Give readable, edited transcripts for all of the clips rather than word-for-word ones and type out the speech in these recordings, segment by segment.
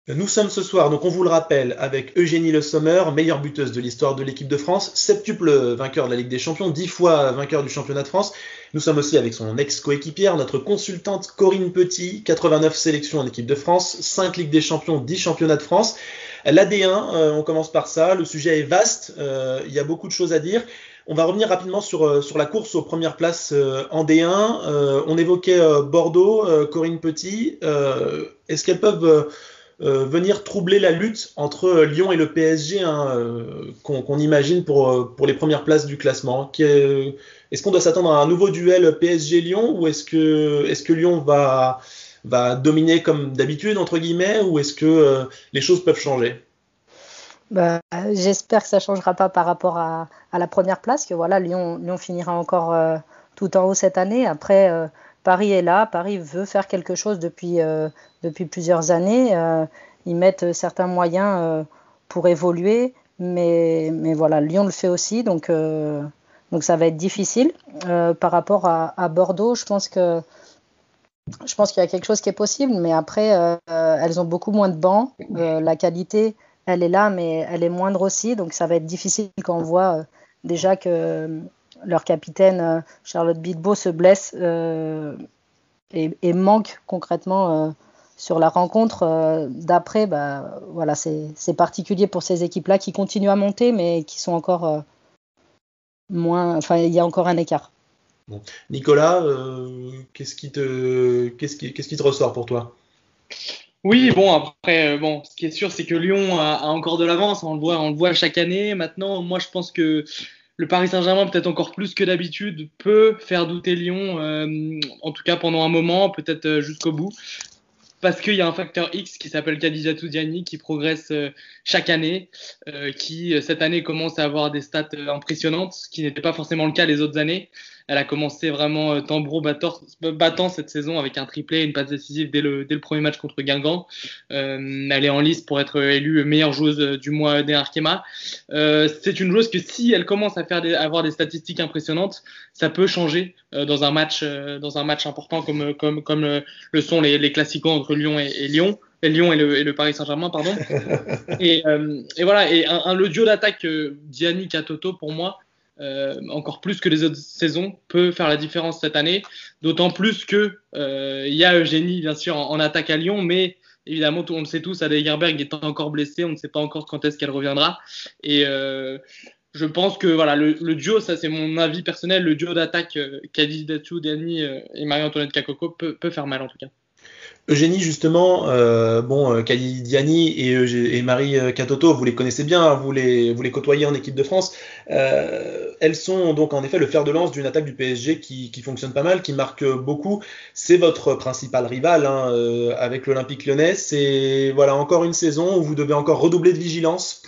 Nous sommes ce soir, donc on vous le rappelle, avec Eugénie Le Sommer, meilleure buteuse de l'histoire de l'équipe de France, septuple vainqueur de la Ligue des Champions, 10 fois vainqueur du championnat de France. Nous sommes aussi avec son ex-coéquipière, notre consultante Corinne Petit, 89 sélections en équipe de France, 5 Ligues des Champions, 10 championnats de France. La D1, on commence par ça, le sujet est vaste, il y a beaucoup de choses à dire. On va revenir rapidement sur la course aux premières places en D1. On évoquait Bordeaux, Corinne Petit. Est-ce qu'elles peuvent venir troubler la lutte entre Lyon et le PSG qu'on imagine pour les premières places du classement? Est-ce qu'on doit s'attendre à un nouveau duel PSG-Lyon ou est-ce que Lyon va dominer comme d'habitude, entre guillemets, ou est-ce que les choses peuvent changer? J'espère que ça ne changera pas par rapport à la première place, que voilà, Lyon finira encore tout en haut cette année. Après, Paris est là, Paris veut faire quelque chose depuis plusieurs années. Ils mettent certains moyens pour évoluer, mais voilà, Lyon le fait aussi, donc ça va être difficile. Par rapport à Bordeaux, je pense qu'il y a quelque chose qui est possible, mais après, elles ont beaucoup moins de bancs. La qualité, elle est là, mais elle est moindre aussi. Donc, ça va être difficile quand on voit déjà que leur capitaine, Charlotte Bilbao, se blesse et manque concrètement sur la rencontre d'après. Voilà, c'est particulier pour ces équipes-là qui continuent à monter, mais qui sont encore moins. Enfin, il y a encore un écart. Bon. Nicolas, qu'est-ce qui te ressort pour toi? Oui, bon, après, bon, ce qui est sûr, c'est que Lyon a encore de l'avance. On le voit chaque année. Maintenant, moi, je pense que le Paris Saint-Germain, peut-être encore plus que d'habitude, peut faire douter Lyon, en tout cas pendant un moment, peut-être jusqu'au bout. Parce qu'il y a un facteur X qui s'appelle Khadijatou Diani qui progresse chaque année, qui cette année commence à avoir des stats impressionnantes, ce qui n'était pas forcément le cas les autres années. Elle a commencé vraiment tambour battant cette saison avec un triplé et une passe décisive dès le premier match contre Guingamp. Elle est en lice pour être élue meilleure joueuse du mois des Arkema. C'est une joueuse que si elle commence à avoir des statistiques impressionnantes, ça peut changer dans un match important comme le sont les classicos entre Lyon et Lyon. Lyon et le Paris Saint-Germain, pardon. Et voilà, le duo d'attaque Diani Katoto, pour moi, encore plus que les autres saisons, peut faire la différence cette année. D'autant plus que il y a Eugénie, bien sûr, en attaque à Lyon, mais évidemment, on le sait tous, Ade Hegerberg est encore blessée, on ne sait pas encore quand est-ce qu'elle reviendra. Et je pense que voilà, le duo, ça c'est mon avis personnel, le duo d'attaque Khadijatou Diani et Marie-Antoinette Kakoko peut faire mal en tout cas. Eugénie, justement, Kali Diani et Marie Katoto, vous les connaissez bien, hein, vous les côtoyez en équipe de France. Elles sont donc en effet le fer de lance d'une attaque du PSG qui fonctionne pas mal, qui marque beaucoup. C'est votre principal rival hein, avec l'Olympique Lyonnais. C'est voilà encore une saison où vous devez encore redoubler de vigilance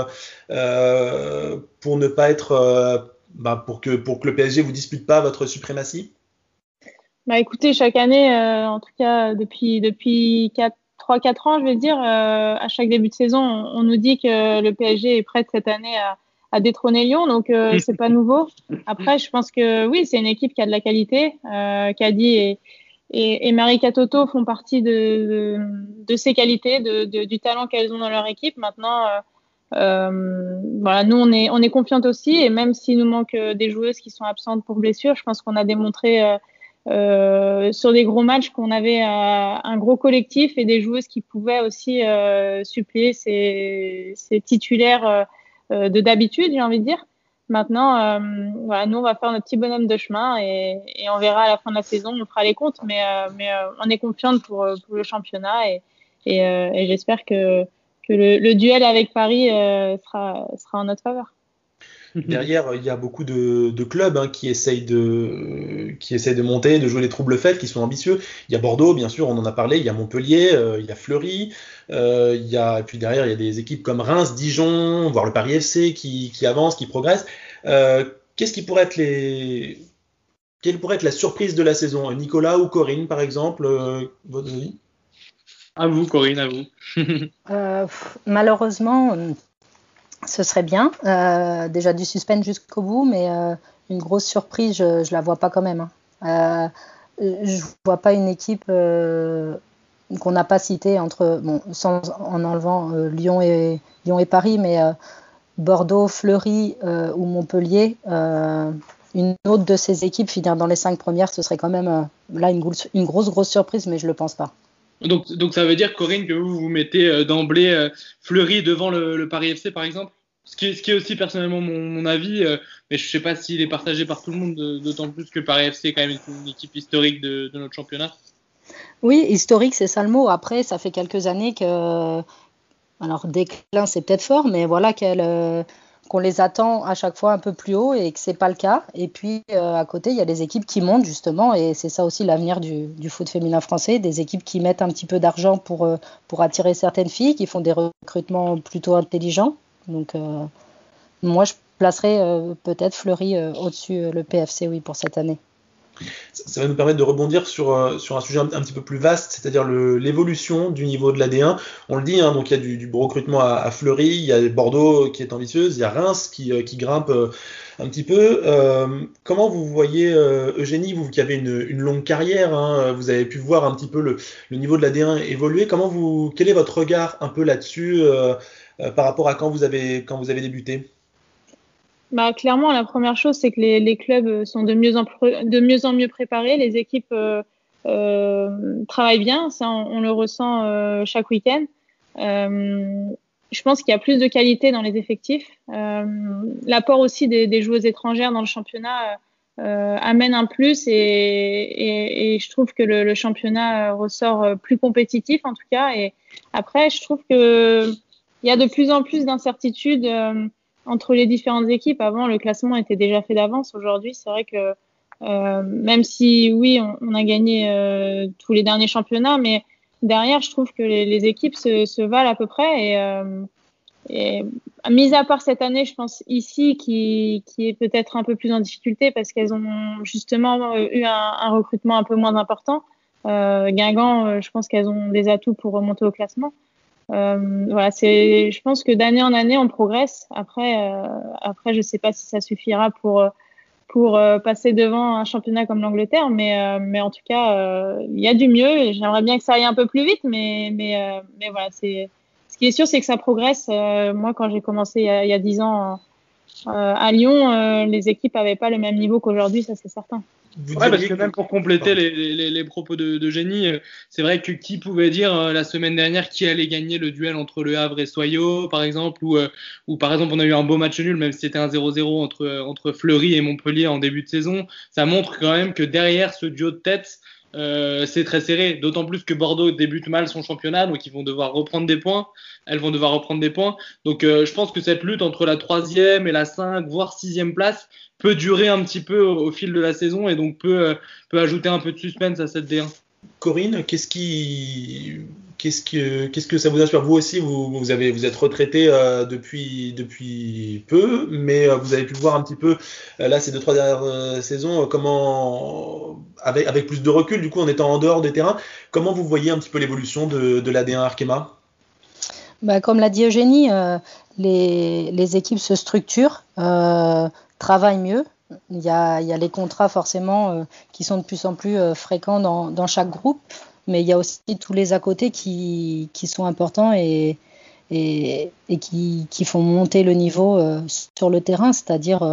pour ne pas être pour que le PSG vous dispute pas votre suprématie. Écoutez, chaque année, en tout cas depuis 3-4 ans, je vais dire, à chaque début de saison, on nous dit que le PSG est prêt cette année à détrôner Lyon, donc c'est pas nouveau. Après, je pense que oui, c'est une équipe qui a de la qualité. Kadi et Marie Katoto font partie de ces qualités, du talent qu'elles ont dans leur équipe. Maintenant, voilà, nous on est confiante aussi, et même s'il nous manque des joueuses qui sont absentes pour blessure, je pense qu'on a démontré sur des gros matchs qu'on avait un gros collectif et des joueuses qui pouvaient aussi suppléer ces titulaires de d'habitude, j'ai envie de dire. Maintenant, voilà, nous on va faire notre petit bonhomme de chemin et on verra à la fin de la saison, on fera les comptes, mais on est confiante pour le championnat et j'espère que le duel avec Paris sera en notre faveur. Derrière, il y a beaucoup de clubs hein, qui essayent de monter, de jouer les troubles fêtes, qui sont ambitieux. Il y a Bordeaux, bien sûr, on en a parlé. Il y a Montpellier, il y a Fleury. Et puis derrière, il y a des équipes comme Reims, Dijon, voire le Paris FC qui avancent, qui progressent. Qu'est-ce qui pourrait être quelle pourrait être la surprise de la saison? Nicolas ou Corinne, par exemple, votre avis? À vous, Corinne, à vous. Malheureusement, ce serait bien. Déjà du suspense jusqu'au bout, mais une grosse surprise, je la vois pas quand même. Je vois pas une équipe qu'on n'a pas citées, en enlevant Lyon et Paris, mais Bordeaux, Fleury ou Montpellier, une autre de ces équipes finir dans les 5 premières, ce serait quand même là une grosse surprise, mais je le pense pas. Donc ça veut dire, Corinne, que vous mettez d'emblée Fleury devant le Paris FC, par exemple? Ce qui est aussi personnellement mon avis, mais je ne sais pas s'il est partagé par tout le monde, d'autant plus que Paris FC est quand même une équipe historique de notre championnat. Oui, historique, c'est ça le mot. Après, ça fait quelques années que... Alors, déclin, c'est peut-être fort, mais voilà qu'on les attend à chaque fois un peu plus haut et que c'est pas le cas. Et puis, à côté, il y a des équipes qui montent, justement, et c'est ça aussi l'avenir du foot féminin français, des équipes qui mettent un petit peu d'argent pour attirer certaines filles, qui font des recrutements plutôt intelligents. Donc, moi, je placerais peut-être Fleury au-dessus le PFC, oui, pour cette année. Ça va nous permettre de rebondir sur un sujet un petit peu plus vaste, c'est-à-dire l'évolution du niveau de la D1. On le dit, hein, donc il y a du recrutement à Fleury, il y a Bordeaux qui est ambitieuse, il y a Reims qui grimpe un petit peu. Comment vous voyez, Eugénie, vous qui avez une longue carrière, hein, vous avez pu voir un petit peu le niveau de la D1 évoluer. Quel est votre regard un peu là-dessus par rapport à quand vous avez débuté? Bah, clairement, la première chose, c'est que les clubs sont de mieux en mieux préparés. Les équipes travaillent bien, ça on le ressent chaque week-end. Je pense qu'il y a plus de qualité dans les effectifs. L'apport aussi des joueuses étrangères dans le championnat amène un plus et je trouve que le championnat ressort plus compétitif en tout cas. Et après, je trouve que il y a de plus en plus d'incertitudes entre les différentes équipes. Avant, le classement était déjà fait d'avance. Aujourd'hui, c'est vrai que même si, oui, on a gagné tous les derniers championnats, mais derrière, je trouve que les équipes se valent à peu près. Et mis à part cette année, je pense ici, qui est peut-être un peu plus en difficulté parce qu'elles ont justement eu un recrutement un peu moins important. Guingamp, je pense qu'elles ont des atouts pour remonter au classement. Voilà, je pense que d'année en année, on progresse. Après, je sais pas si ça suffira pour passer devant un championnat comme l'Angleterre, mais en tout cas, il y a du mieux. Et j'aimerais bien que ça aille un peu plus vite, mais voilà, ce qui est sûr, c'est que ça progresse. Moi, quand j'ai commencé il y a 10 ans à Lyon, les équipes n'avaient pas le même niveau qu'aujourd'hui, ça c'est certain. Ouais, parce que même pour compléter les propos de Génie, c'est vrai que qui pouvait dire la semaine dernière qui allait gagner le duel entre Le Havre et Soyaux, par exemple, ou par exemple on a eu un beau match nul, même si c'était un 0-0 entre Fleury et Montpellier en début de saison. Ça montre quand même que derrière ce duo de tête, c'est très serré, d'autant plus que Bordeaux débute mal son championnat, donc ils vont devoir reprendre des points. Elles vont devoir reprendre des points. Donc je pense que cette lutte entre la 3e et la 5, voire 6e place peut durer un petit peu au fil de la saison et donc peut ajouter un peu de suspense à cette D1. Corinne, qu'est-ce que ça vous inspire? Vous aussi, vous êtes retraité depuis peu, mais vous avez pu voir un petit peu là ces 2-3 dernières saisons comment, avec plus de recul, du coup en étant en dehors des terrains, comment vous voyez un petit peu l'évolution de la D1 Arkema? Comme l'a dit Eugénie, les équipes se structurent, travaillent mieux. Il y a les contrats forcément qui sont de plus en plus fréquents dans chaque groupe, mais il y a aussi tous les à côté qui sont importants et qui font monter le niveau sur le terrain, c'est-à-dire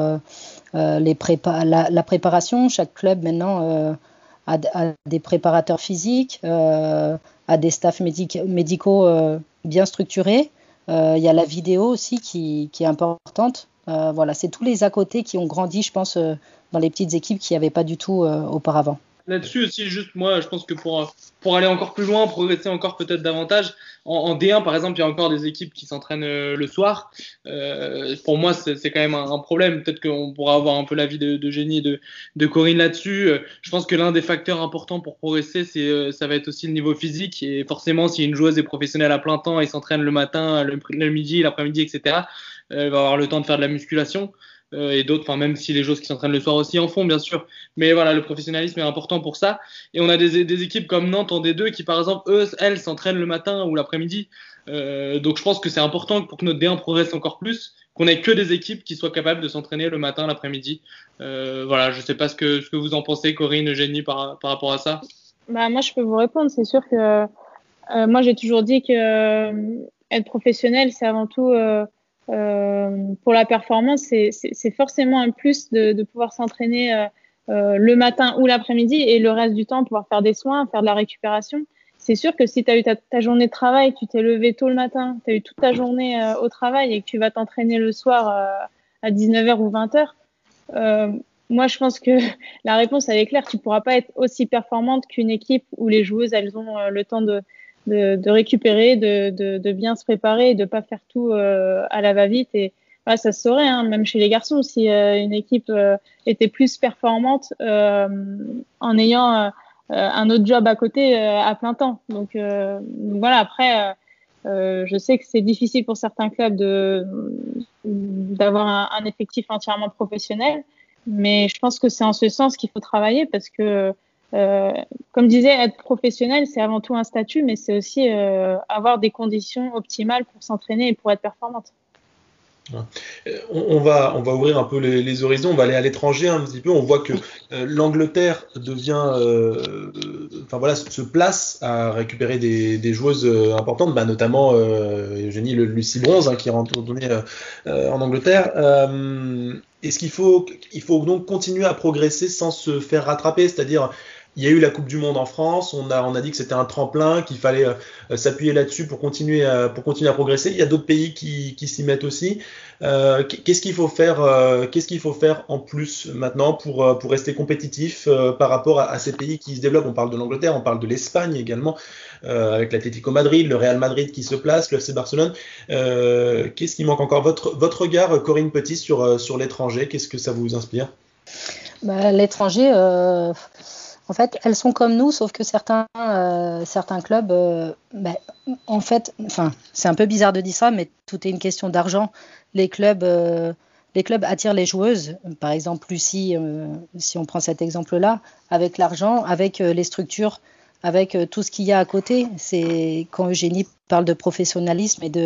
la préparation. Chaque club maintenant a des préparateurs physiques, a des staffs médicaux bien structurés. Il y a la vidéo aussi qui est importante. Voilà, c'est tous les à côté qui ont grandi, je pense, dans les petites équipes qui n'y avaient pas du tout auparavant. Là-dessus aussi, juste moi, je pense que pour aller encore plus loin, progresser encore peut-être davantage, en D1 par exemple, il y a encore des équipes qui s'entraînent le soir. Pour moi, c'est quand même un problème. Peut-être qu'on pourra avoir un peu l'avis de Génie et de Corinne là-dessus. Je pense que l'un des facteurs importants pour progresser, ça va être aussi le niveau physique. Et forcément, si une joueuse est professionnelle à plein temps et s'entraîne le matin, le midi, l'après-midi, etc., elle va avoir le temps de faire de la musculation. Et d'autres, enfin même si les joueuses qui s'entraînent le soir aussi en font bien sûr, mais voilà, le professionnalisme est important pour ça. Et on a des équipes comme Nantes en D2 qui par exemple elles s'entraînent le matin ou l'après-midi, donc je pense que c'est important pour que notre D1 progresse encore plus, qu'on ait que des équipes qui soient capables de s'entraîner le matin, l'après-midi. Voilà, je sais pas ce que vous en pensez, Corinne, Eugénie, par rapport à ça. Moi je peux vous répondre, c'est sûr que Moi, j'ai toujours dit que être professionnel, c'est avant tout pour la performance, c'est forcément un plus de pouvoir s'entraîner le matin ou l'après-midi et le reste du temps pouvoir faire des soins, faire de la récupération. C'est sûr que si tu as eu ta journée de travail, tu t'es levé tôt le matin, tu as eu toute ta journée au travail et que tu vas t'entraîner le soir à 19h ou 20h, moi, je pense que la réponse, elle est claire. Tu ne pourras pas être aussi performante qu'une équipe où les joueuses, elles ont le temps de récupérer, de bien se préparer et de ne pas faire tout à la va-vite. Et voilà, ça se saurait, hein, même chez les garçons, si une équipe était plus performante en ayant un autre job à côté à plein temps. Donc voilà, après, je sais que c'est difficile pour certains clubs d'avoir un effectif entièrement professionnel. Mais je pense que c'est en ce sens qu'il faut travailler parce que, comme disait, être professionnel, c'est avant tout un statut, mais c'est aussi avoir des conditions optimales pour s'entraîner et pour être performante. On va ouvrir un peu les horizons, on va aller à l'étranger un petit peu. On voit que l'Angleterre devient, enfin voilà, se place à récupérer des joueuses importantes, notamment Eugénie Lucy Bronze qui est retournée en Angleterre. Est-ce qu'il faut donc continuer à progresser sans se faire rattraper, c'est-à-dire il y a eu la Coupe du Monde en France, on a dit que c'était un tremplin, qu'il fallait s'appuyer là-dessus pour continuer à progresser. Il y a d'autres pays qui s'y mettent aussi. Qu'est-ce qu'il faut faire en plus maintenant pour rester compétitif par rapport à ces pays qui se développent? On parle de l'Angleterre, on parle de l'Espagne également, avec l'Atlético Madrid, le Real Madrid qui se place, le FC Barcelone. Qu'est-ce qui manque encore? Votre regard, Corinne Petit, sur l'étranger, qu'est-ce que ça vous inspire? L'étranger, en fait, elles sont comme nous, sauf que certains clubs, en fait, c'est un peu bizarre de dire ça, mais tout est une question d'argent. Les clubs attirent les joueuses. Par exemple, Lucie, si on prend cet exemple-là, avec l'argent, avec les structures, avec tout ce qu'il y a à côté. C'est quand Eugénie parle de professionnalisme et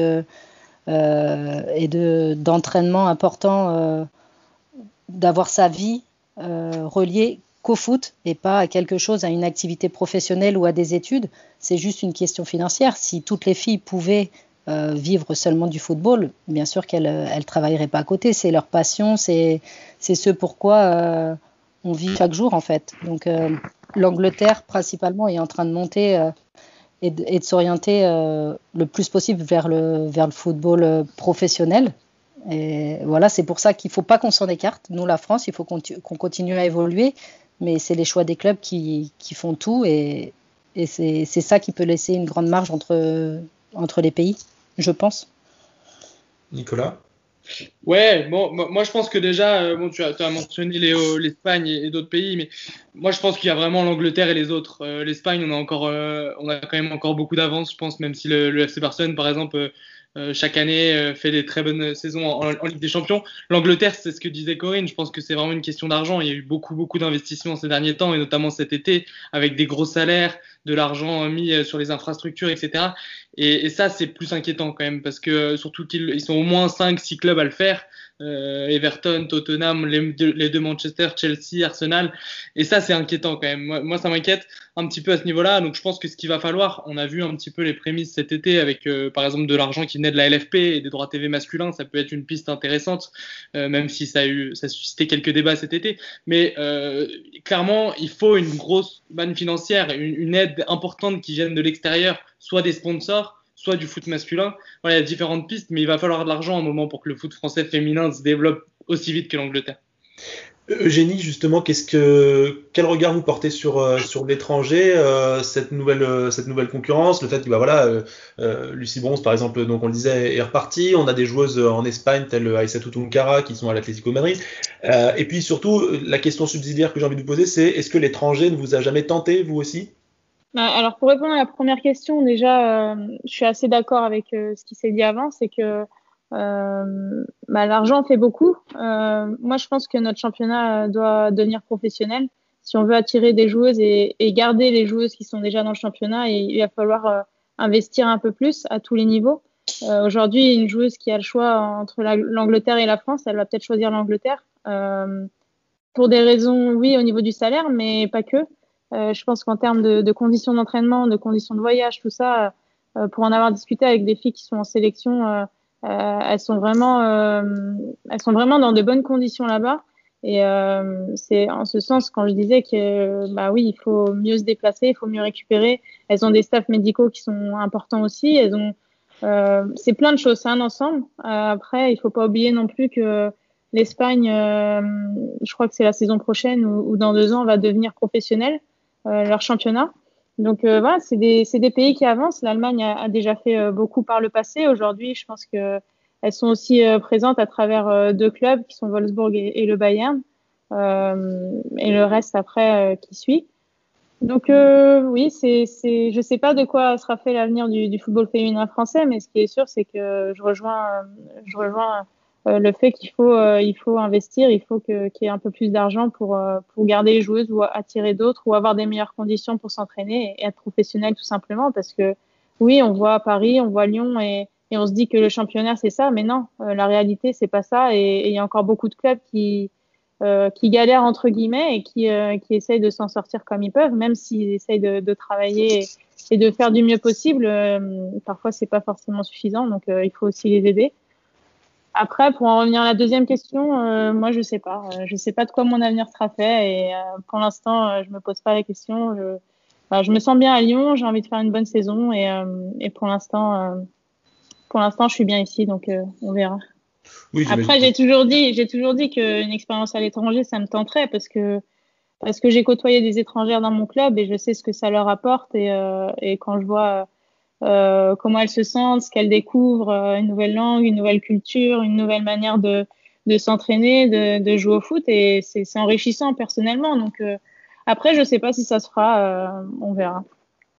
d'entraînement important, d'avoir sa vie reliée qu'au foot et pas à quelque chose, à une activité professionnelle ou à des études. C'est juste une question financière. Si toutes les filles pouvaient vivre seulement du football, bien sûr qu'elles ne travailleraient pas à côté. C'est leur passion, c'est ce pourquoi on vit chaque jour en fait. Donc l'Angleterre principalement est en train de monter et de s'orienter le plus possible vers le football professionnel. Et voilà, c'est pour ça qu'il ne faut pas qu'on s'en écarte. Nous, la France, il faut qu'on continue à évoluer, mais c'est les choix des clubs qui font tout et c'est ça qui peut laisser une grande marge entre les pays, je pense. Nicolas? Ouais, bon, moi je pense que déjà, tu as mentionné l'Espagne et d'autres pays, mais moi je pense qu'il y a vraiment l'Angleterre et les autres. L'Espagne, on a quand même encore beaucoup d'avance, je pense, même si le FC Barcelone, par exemple, chaque année fait des très bonnes saisons en Ligue des Champions. L'Angleterre, c'est ce que disait Corinne, je pense que c'est vraiment une question d'argent. Il y a eu beaucoup d'investissements ces derniers temps, et notamment cet été, avec des gros salaires, de l'argent mis sur les infrastructures, etc. Et ça, c'est plus inquiétant quand même, parce que surtout qu'ils sont au moins 5-6 clubs à le faire. Everton, Tottenham, les deux Manchester, Chelsea, Arsenal. Et ça, c'est inquiétant quand même. Moi, ça m'inquiète un petit peu à ce niveau-là. Donc, je pense que ce qu'il va falloir, on a vu un petit peu les prémices cet été avec, par exemple, de l'argent qui venait de la LFP et des droits TV masculins. Ça peut être une piste intéressante, même si ça a suscité quelques débats cet été. Mais clairement, il faut une grosse manne financière, une aide importante qui vienne de l'extérieur, soit des sponsors, soit du foot masculin. Voilà, il y a différentes pistes, mais il va falloir de l'argent à un moment pour que le foot français féminin se développe aussi vite que l'Angleterre. Eugénie, justement, quel regard vous portez sur l'étranger, cette nouvelle concurrence, le fait que Lucy Bronze, par exemple, donc on le disait, est repartie. On a des joueuses en Espagne telles Aïssatou Tounkara qui sont à l'Atlético Madrid. Et puis surtout, la question subsidiaire que j'ai envie de vous poser, c'est est-ce que l'étranger ne vous a jamais tenté, vous aussi? Alors, pour répondre à la première question, déjà, je suis assez d'accord avec ce qui s'est dit avant, c'est que l'argent fait beaucoup. Moi, je pense que notre championnat doit devenir professionnel. Si on veut attirer des joueuses et garder les joueuses qui sont déjà dans le championnat, il va falloir investir un peu plus à tous les niveaux. Aujourd'hui, une joueuse qui a le choix entre l'Angleterre et la France, elle va peut-être choisir l'Angleterre. Pour des raisons, oui, au niveau du salaire, mais pas que. Je pense qu'en termes de conditions d'entraînement, de conditions de voyage, tout ça, pour en avoir discuté avec des filles qui sont en sélection, elles sont vraiment dans de bonnes conditions là-bas. Et c'est en ce sens quand je disais que bah oui, il faut mieux se déplacer, il faut mieux récupérer. Elles ont des staffs médicaux qui sont importants aussi. C'est plein de choses, c'est un ensemble. Après, il faut pas oublier non plus que l'Espagne, je crois que c'est la saison prochaine ou dans 2 ans, va devenir professionnelle, leur championnat. Donc voilà, c'est des pays qui avancent. L'Allemagne a déjà fait beaucoup par le passé. Aujourd'hui, je pense que elles sont aussi présentes à travers 2 clubs qui sont Wolfsburg et le Bayern, et le reste après qui suit. Donc oui, je sais pas de quoi sera fait l'avenir du football féminin français, mais ce qui est sûr, c'est que je rejoins le fait qu'il faut investir, il faut qu'il y ait un peu plus d'argent pour garder les joueuses ou attirer d'autres ou avoir des meilleures conditions pour s'entraîner et être professionnel tout simplement, parce que oui, on voit Paris, on voit Lyon et on se dit que le championnat c'est ça, mais non, la réalité c'est pas ça, et il y a encore beaucoup de clubs qui galèrent entre guillemets et qui essayent de s'en sortir comme ils peuvent, même s'ils essayent de travailler et de faire du mieux possible. Parfois, c'est pas forcément suffisant, donc il faut aussi les aider. Après, pour en revenir à la deuxième question, moi, je sais pas. Je sais pas de quoi mon avenir sera fait, et pour l'instant, je me pose pas la question. Je me sens bien à Lyon, j'ai envie de faire une bonne saison, et pour l'instant, je suis bien ici, donc on verra. Oui, Après, j'ai toujours dit qu'une expérience à l'étranger, ça me tenterait parce que j'ai côtoyé des étrangères dans mon club et je sais ce que ça leur apporte, et quand je vois comment elles se sentent, ce qu'elles découvrent, une nouvelle langue, une nouvelle culture, une nouvelle manière de s'entraîner, de jouer au foot, et c'est enrichissant personnellement. Donc après, je sais pas si ça se fera, on verra.